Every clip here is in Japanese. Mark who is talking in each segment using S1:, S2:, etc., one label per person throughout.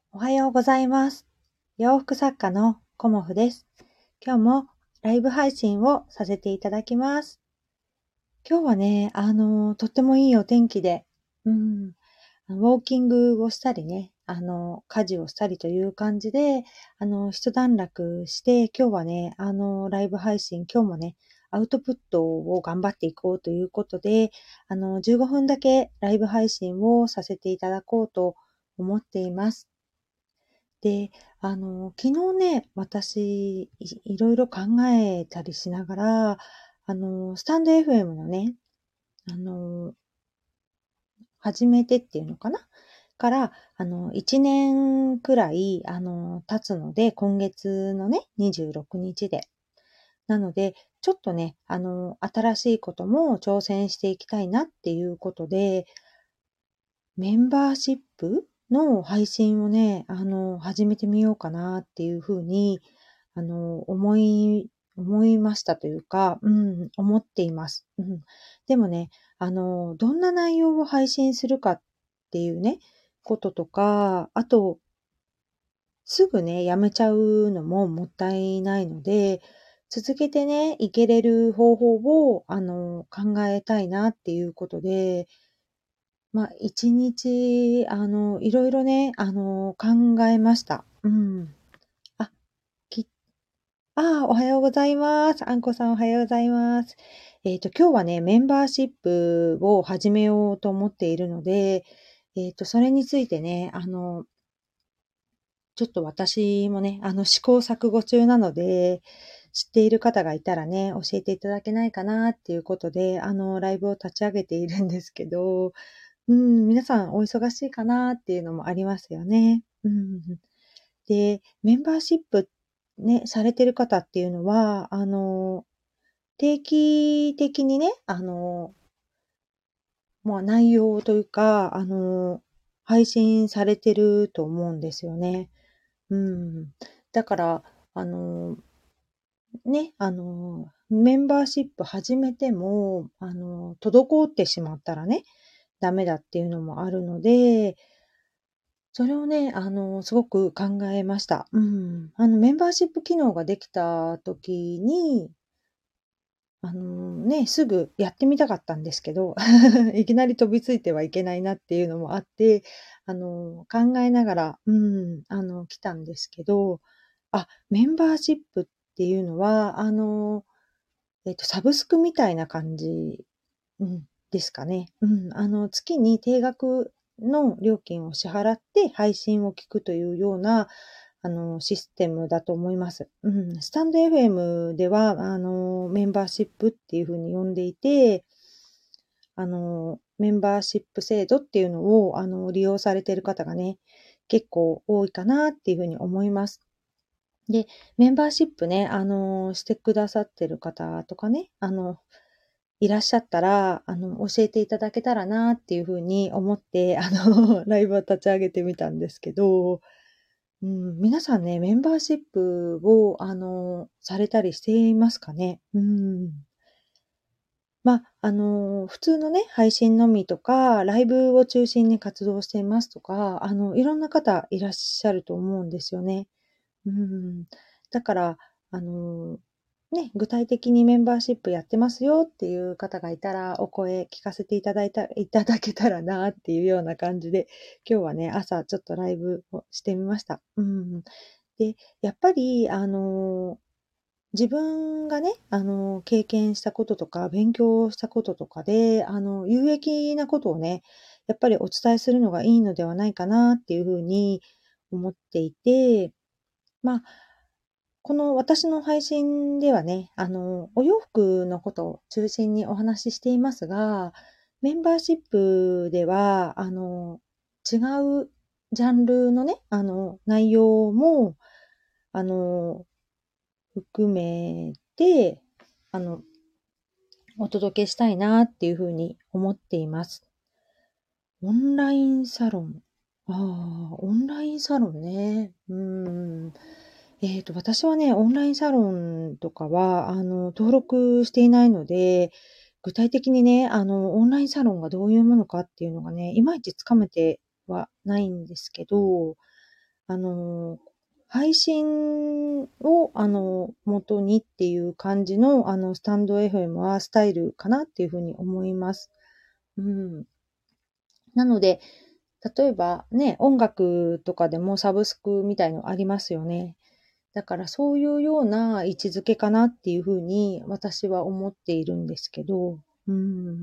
S1: おはようございます。洋服作家のコモフです。今日もライブ配信をさせていただきます。今日はね、とってもいいお天気で、ウォーキングをしたりね、家事をしたりという感じで、一段落して、今日はね、ライブ配信、今日もね、アウトプットを頑張っていこうということで、15分だけライブ配信をさせていただこうと思っています。で、昨日ね、私、いろいろ考えたりしながら、スタンド FM のね、あの、始めてっていうのかなから、1年くらい、経つので、今月のね、26日で。なので、ちょっとね、新しいことも挑戦していきたいなっていうことで、メンバーシップの配信をね、始めてみようかなっていうふうに、思いましたというか、思っています。でもね、どんな内容を配信するかっていうね、こととか、あと、すぐね、やめちゃうのももったいないので、続けてね、いけれる方法を、考えたいなっていうことで、1日、いろいろね、考えました。あ、きおはようございます。あんこさんおはようございます。今日はね、メンバーシップを始めようと思っているので、それについてね、ちょっと私もね、試行錯誤中なので、知っている方がいたらね、教えていただけないかなっていうことで、ライブを立ち上げているんですけど、皆さんお忙しいかなっていうのもありますよね。で、メンバーシップね、されてる方っていうのは、定期的にね、内容というか、配信されてると思うんですよね。うん。だから、あの、メンバーシップ始めても、滞ってしまったらね、ダメだっていうのもあるので、それをね、すごく考えました。メンバーシップ機能ができた時に、すぐやってみたかったんですけど、いきなり飛びついてはいけないなっていうのもあって、考えながら、来たんですけど、メンバーシップっていうのは、サブスクみたいな感じ、ですかね。月に定額の料金を支払って配信を聞くというような、システムだと思います。スタンド FM では、メンバーシップっていう風に呼んでいて、メンバーシップ制度っていうのを、利用されている方がね、結構多いかなっていう風に思います。で、メンバーシップね、してくださってる方とかね、いらっしゃったら、教えていただけたらなっていう風に思って、ライブを立ち上げてみたんですけど、皆さんね、メンバーシップを、されたりしていますかね？普通のね、配信のみとか、ライブを中心に活動していますとか、いろんな方いらっしゃると思うんですよね。うん。だから、あの、具体的にメンバーシップやってますよっていう方がいたら、お声聞かせていただけたらなっていうような感じで、今日はね、朝ちょっとライブをしてみました。で、やっぱり、自分がね、経験したこととか、勉強したこととかで、有益なことをね、やっぱりお伝えするのがいいのではないかなっていうふうに思っていて、まあ、この私の配信ではね、お洋服のことを中心にお話ししていますが、メンバーシップでは、違うジャンルのね、内容も、あの、含めて、あの、お届けしたいなっていうふうに思っています。オンラインサロン。オンラインサロンね。私はね、オンラインサロンとかは、登録していないので、具体的にね、オンラインサロンがどういうものかっていうのがね、いまいちつかめてはないんですけど、 あの、配信を、元にっていう感じの、スタンド FM はスタイルかなっていうふうに思います。うん。なので、例えばね、音楽とかでもサブスクみたいのありますよね。だからそういうような位置づけかなっていうふうに私は思っているんですけど、うん。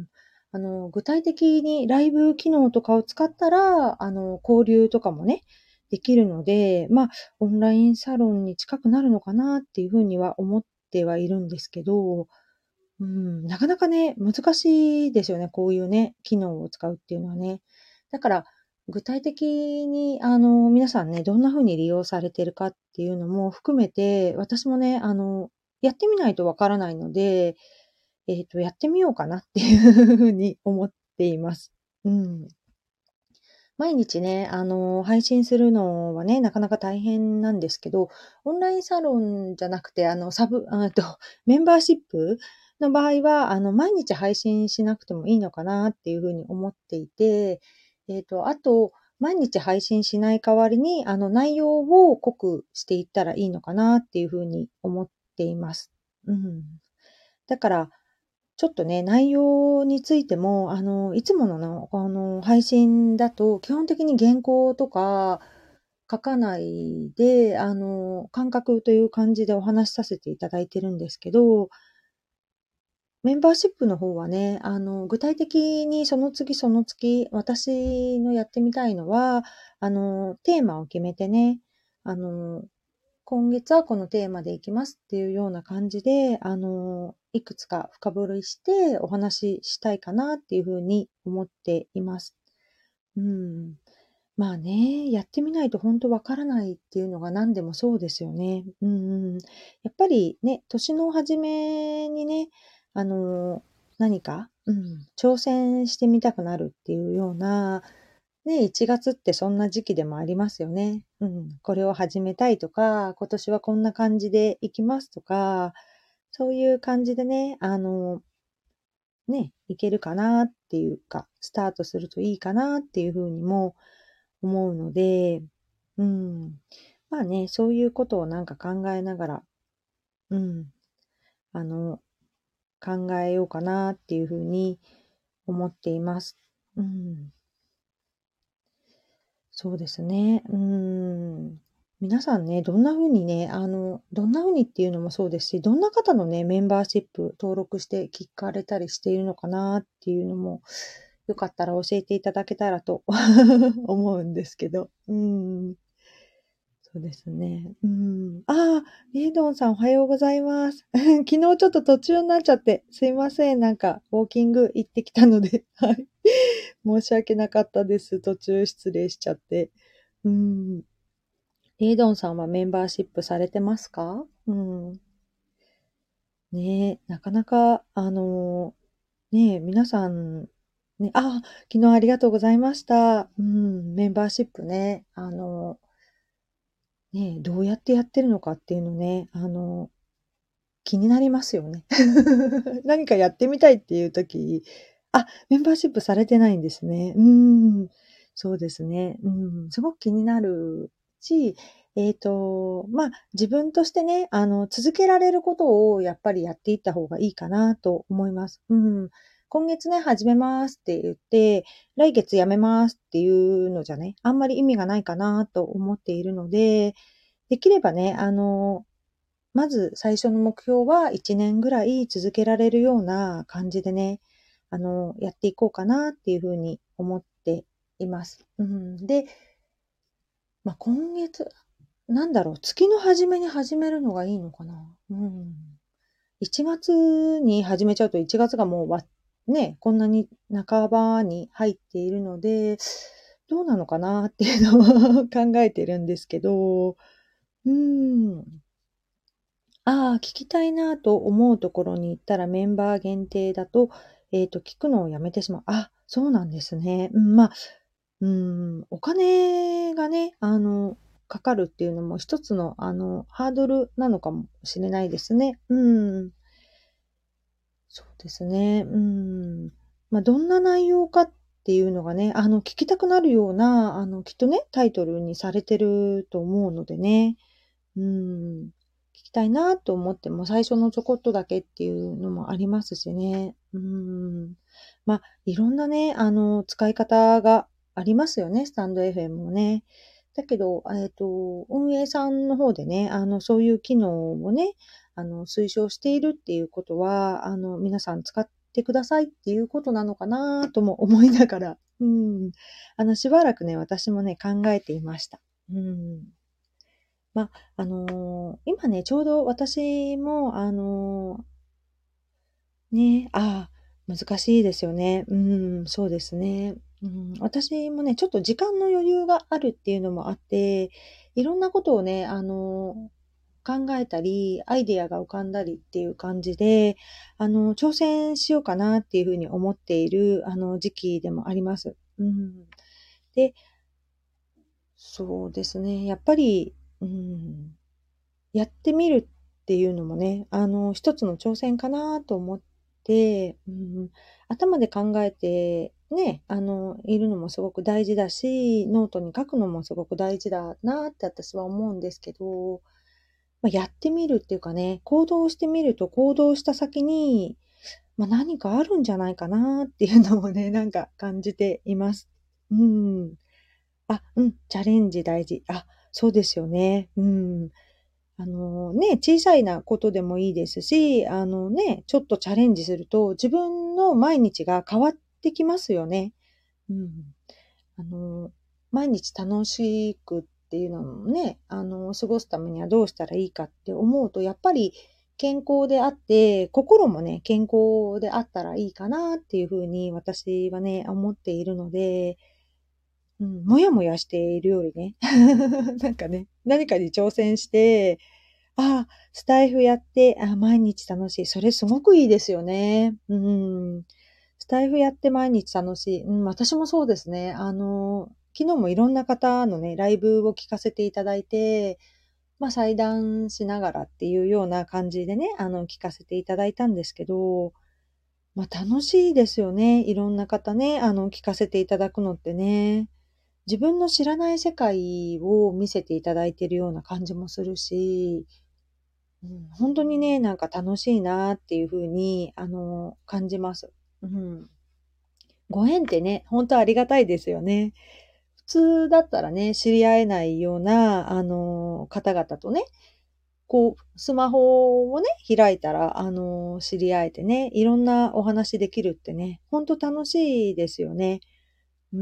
S1: 具体的にライブ機能とかを使ったら、交流とかもね、できるので、まあ、オンラインサロンに近くなるのかなっていうふうには思ってはいるんですけど、うん、なかなかね、難しいですよね、こういうね、機能を使うっていうのはね。だから、具体的に、皆さんね、どんな風に利用されてるかっていうのも含めて、私もね、やってみないとわからないので、やってみようかなっていう風に思っています。うん。毎日ね、配信するのはね、なかなか大変なんですけど、オンラインサロンじゃなくて、メンバーシップの場合は、毎日配信しなくてもいいのかなっていうふうに思っていて、あと、毎日配信しない代わりに、内容を濃くしていったらいいのかなっていうふうに思っています。うん。だから、ちょっとね、内容についても、いつもの配信だと、基本的に原稿とか書かないで、感覚という感じでお話しさせていただいてるんですけど、メンバーシップの方はね、具体的にその次その月、私のやってみたいのは、テーマを決めてね、あの、今月はこのテーマでいきますっていうような感じで、いくつか深掘りしてお話ししたいかなっていうふうに思っています。うん。まあね、やってみないと本当わからないっていうのが何でもそうですよね。うんうん。やっぱりね、年の初めにね、あの、何か、挑戦してみたくなるっていうような、ね、1月ってそんな時期でもありますよね。うん。これを始めたいとか、今年はこんな感じでいきますとか、そういう感じでね、いけるかなっていうか、スタートするといいかなっていうふうにも思うので、うん。まあね、そういうことをなんか考えながら、うん、あの、考えようかなっていうふうに思っています。うん。そうですね。皆さんね、どんな風にね、どんな風にっていうのもそうですし、どんな方のね、メンバーシップ登録して聞かれたりしているのかなっていうのも、よかったら教えていただけたらと思うんですけど。そうですね。ああ、リードンさんおはようございます。昨日ちょっと途中になっちゃって、すいません。なんか、ウォーキング行ってきたので、はい。申し訳なかったです。途中失礼しちゃって。うん。リードンさんはメンバーシップされてますか？うん。ねえ、なかなか、ねえ、皆さん、ね、昨日ありがとうございました。メンバーシップね、ねえ、どうやってやってるのかっていうのね、気になりますよね。何かやってみたいっていう時、メンバーシップされてないんですね。そうですね。すごく気になるし、まあ、自分としてね、続けられることをやっぱりやっていった方がいいかなと思います。今月ね、始めますって言って、来月やめますっていうのじゃね、あんまり意味がないかなと思っているので、できればね、まず最初の目標は1年ぐらい続けられるような感じでね、やっていこうかなっていうふうに思っています。で、まあ、今月、なんだろう、月の初めに始めるのがいいのかな。1月に始めちゃうと1月がもうね、こんなに半ばに入っているので、どうなのかなっていうのを考えてるんですけど、うーん。聞きたいなと思うところに行ったらメンバー限定だと、聞くのをやめてしまう。そうなんですね。お金がね、かかるっていうのも一つの、ハードルなのかもしれないですね。そうですね。まあ、どんな内容かっっていうのがね、聞きたくなるような、きっとね、タイトルにされてると思うのでね。聞きたいなと思っても、最初のちょこっとだけっていうのもありますしね。まあ、いろんなね、使い方がありますよね、スタンド FM もね。だけど、運営さんの方でね、そういう機能をね、推奨しているっていうことは、皆さん使ってくださいっていうことなのかなとも思いながら、しばらくね、私もね、考えていました。ま、今ね、ちょうど私も、ね、難しいですよね。そうですね。私もね、ちょっと時間の余裕があるっていうのもあって、いろんなことをね、考えたり、アイデアが浮かんだりっていう感じで、挑戦しようかなっていうふうに思っている、時期でもあります。で、そうですね、やっぱり、やってみるっていうのもね、一つの挑戦かなと思って、頭で考えて、ね、いるのもすごく大事だし、ノートに書くのもすごく大事だなって私は思うんですけど、やってみるっていうかね、行動してみると行動した先に、何かあるんじゃないかなっていうのもね、なんか感じています。うん。チャレンジ大事。そうですよね。小さいなことでもいいですし、ちょっとチャレンジすると、自分の毎日が変わってきますよね。うん。あの、毎日楽しくっていうのもね、過ごすためにはどうしたらいいかって思うと、やっぱり健康であって、心もね、健康であったらいいかなっていうふうに私はね、思っているので、もやもやしているよりね、なんかね、何かに挑戦して、スタイフやって、毎日楽しい。それすごくいいですよね。スタイフやって毎日楽しい。私もそうですね。昨日もいろんな方のね、ライブを聞かせていただいて、裁談しながらっていうような感じでね、聞かせていただいたんですけど、楽しいですよね。いろんな方ね、聞かせていただくのってね。自分の知らない世界を見せていただいているような感じもするし、本当にね、なんか楽しいなっていう風に、感じます。うん。ご縁ってね、本当ありがたいですよね。普通だったらね、知り合えないような、方々とね、こう、スマホをね、開いたら、知り合えてね、いろんなお話できるってね、本当楽しいですよね。うん。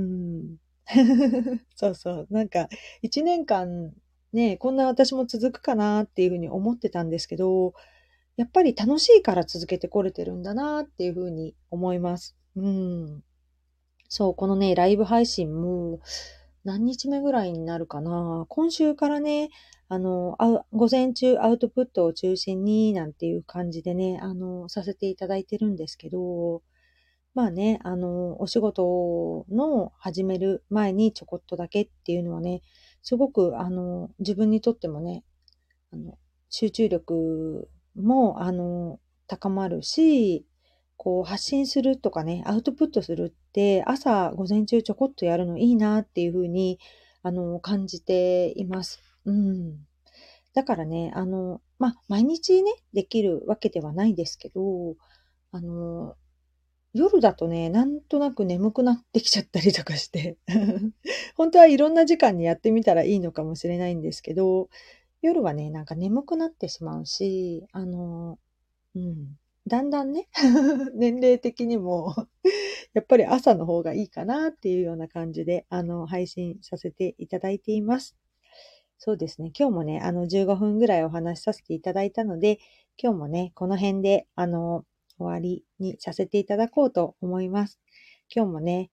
S1: そうそう。なんか、1年間ね、こんな私も続くかなっていうふうに思ってたんですけど、やっぱり楽しいから続けてこれてるんだなっていうふうに思います。そう、このね、ライブ配信も何日目ぐらいになるかな。今週からね、午前中アウトプットを中心になんていう感じでね、させていただいてるんですけど、お仕事の始める前にちょこっとだけっていうのはね、すごく、自分にとってもね、あの、集中力も、高まるし、こう、発信するとかね、アウトプットするって、朝、午前中ちょこっとやるのいいなっていうふうに、感じています。だからね、毎日ね、できるわけではないですけど、あの、夜だとね、なんとなく眠くなってきちゃったりとかして、本当はいろんな時間にやってみたらいいのかもしれないんですけど、夜はね、なんか眠くなってしまうし、うん、だんだんね、年齢的にもやっぱり朝の方がいいかなっていうような感じで、配信させていただいています。そうですね。今日もね、15分ぐらいお話しさせていただいたので、今日もね、この辺で、終わりにさせていただこうと思います。今日もね、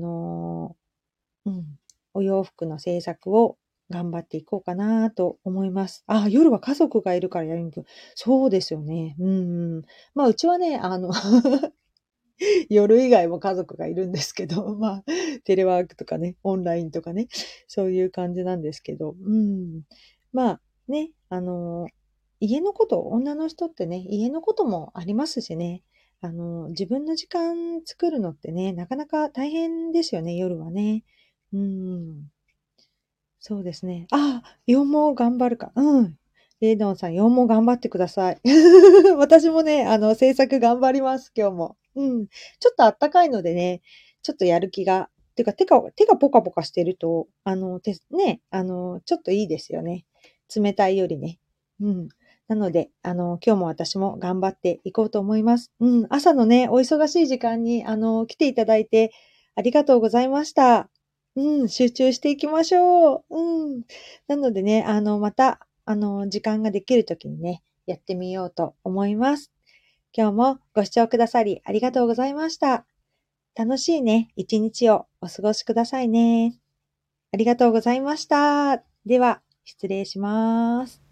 S1: お洋服の制作を頑張っていこうかなと思います。夜は家族がいるからやりにくい。そうですよね。うちはね、夜以外も家族がいるんですけど、テレワークとかね、オンラインとかね、そういう感じなんですけど、まあね、家のこと、女の人ってね、家のこともありますしね、 自分の時間作るのってね、なかなか大変ですよね、夜はね。うん。そうですね。ああ、羊毛頑張るか。うん。レイドンさん、羊毛頑張ってください。私もね、制作頑張ります、今日も。うん。ちょっとあったかいのでね、ちょっとやる気が、てかポカポカしてると、ね、ちょっといいですよね。冷たいよりね。うん。なので、今日も私も頑張っていこうと思います。うん。朝のね、お忙しい時間に、来ていただいてありがとうございました。うん、集中していきましょう。うん。なのでね、また、時間ができるときにね、やってみようと思います。今日もご視聴くださりありがとうございました。楽しいね、一日をお過ごしくださいね。ありがとうございました。では、失礼します。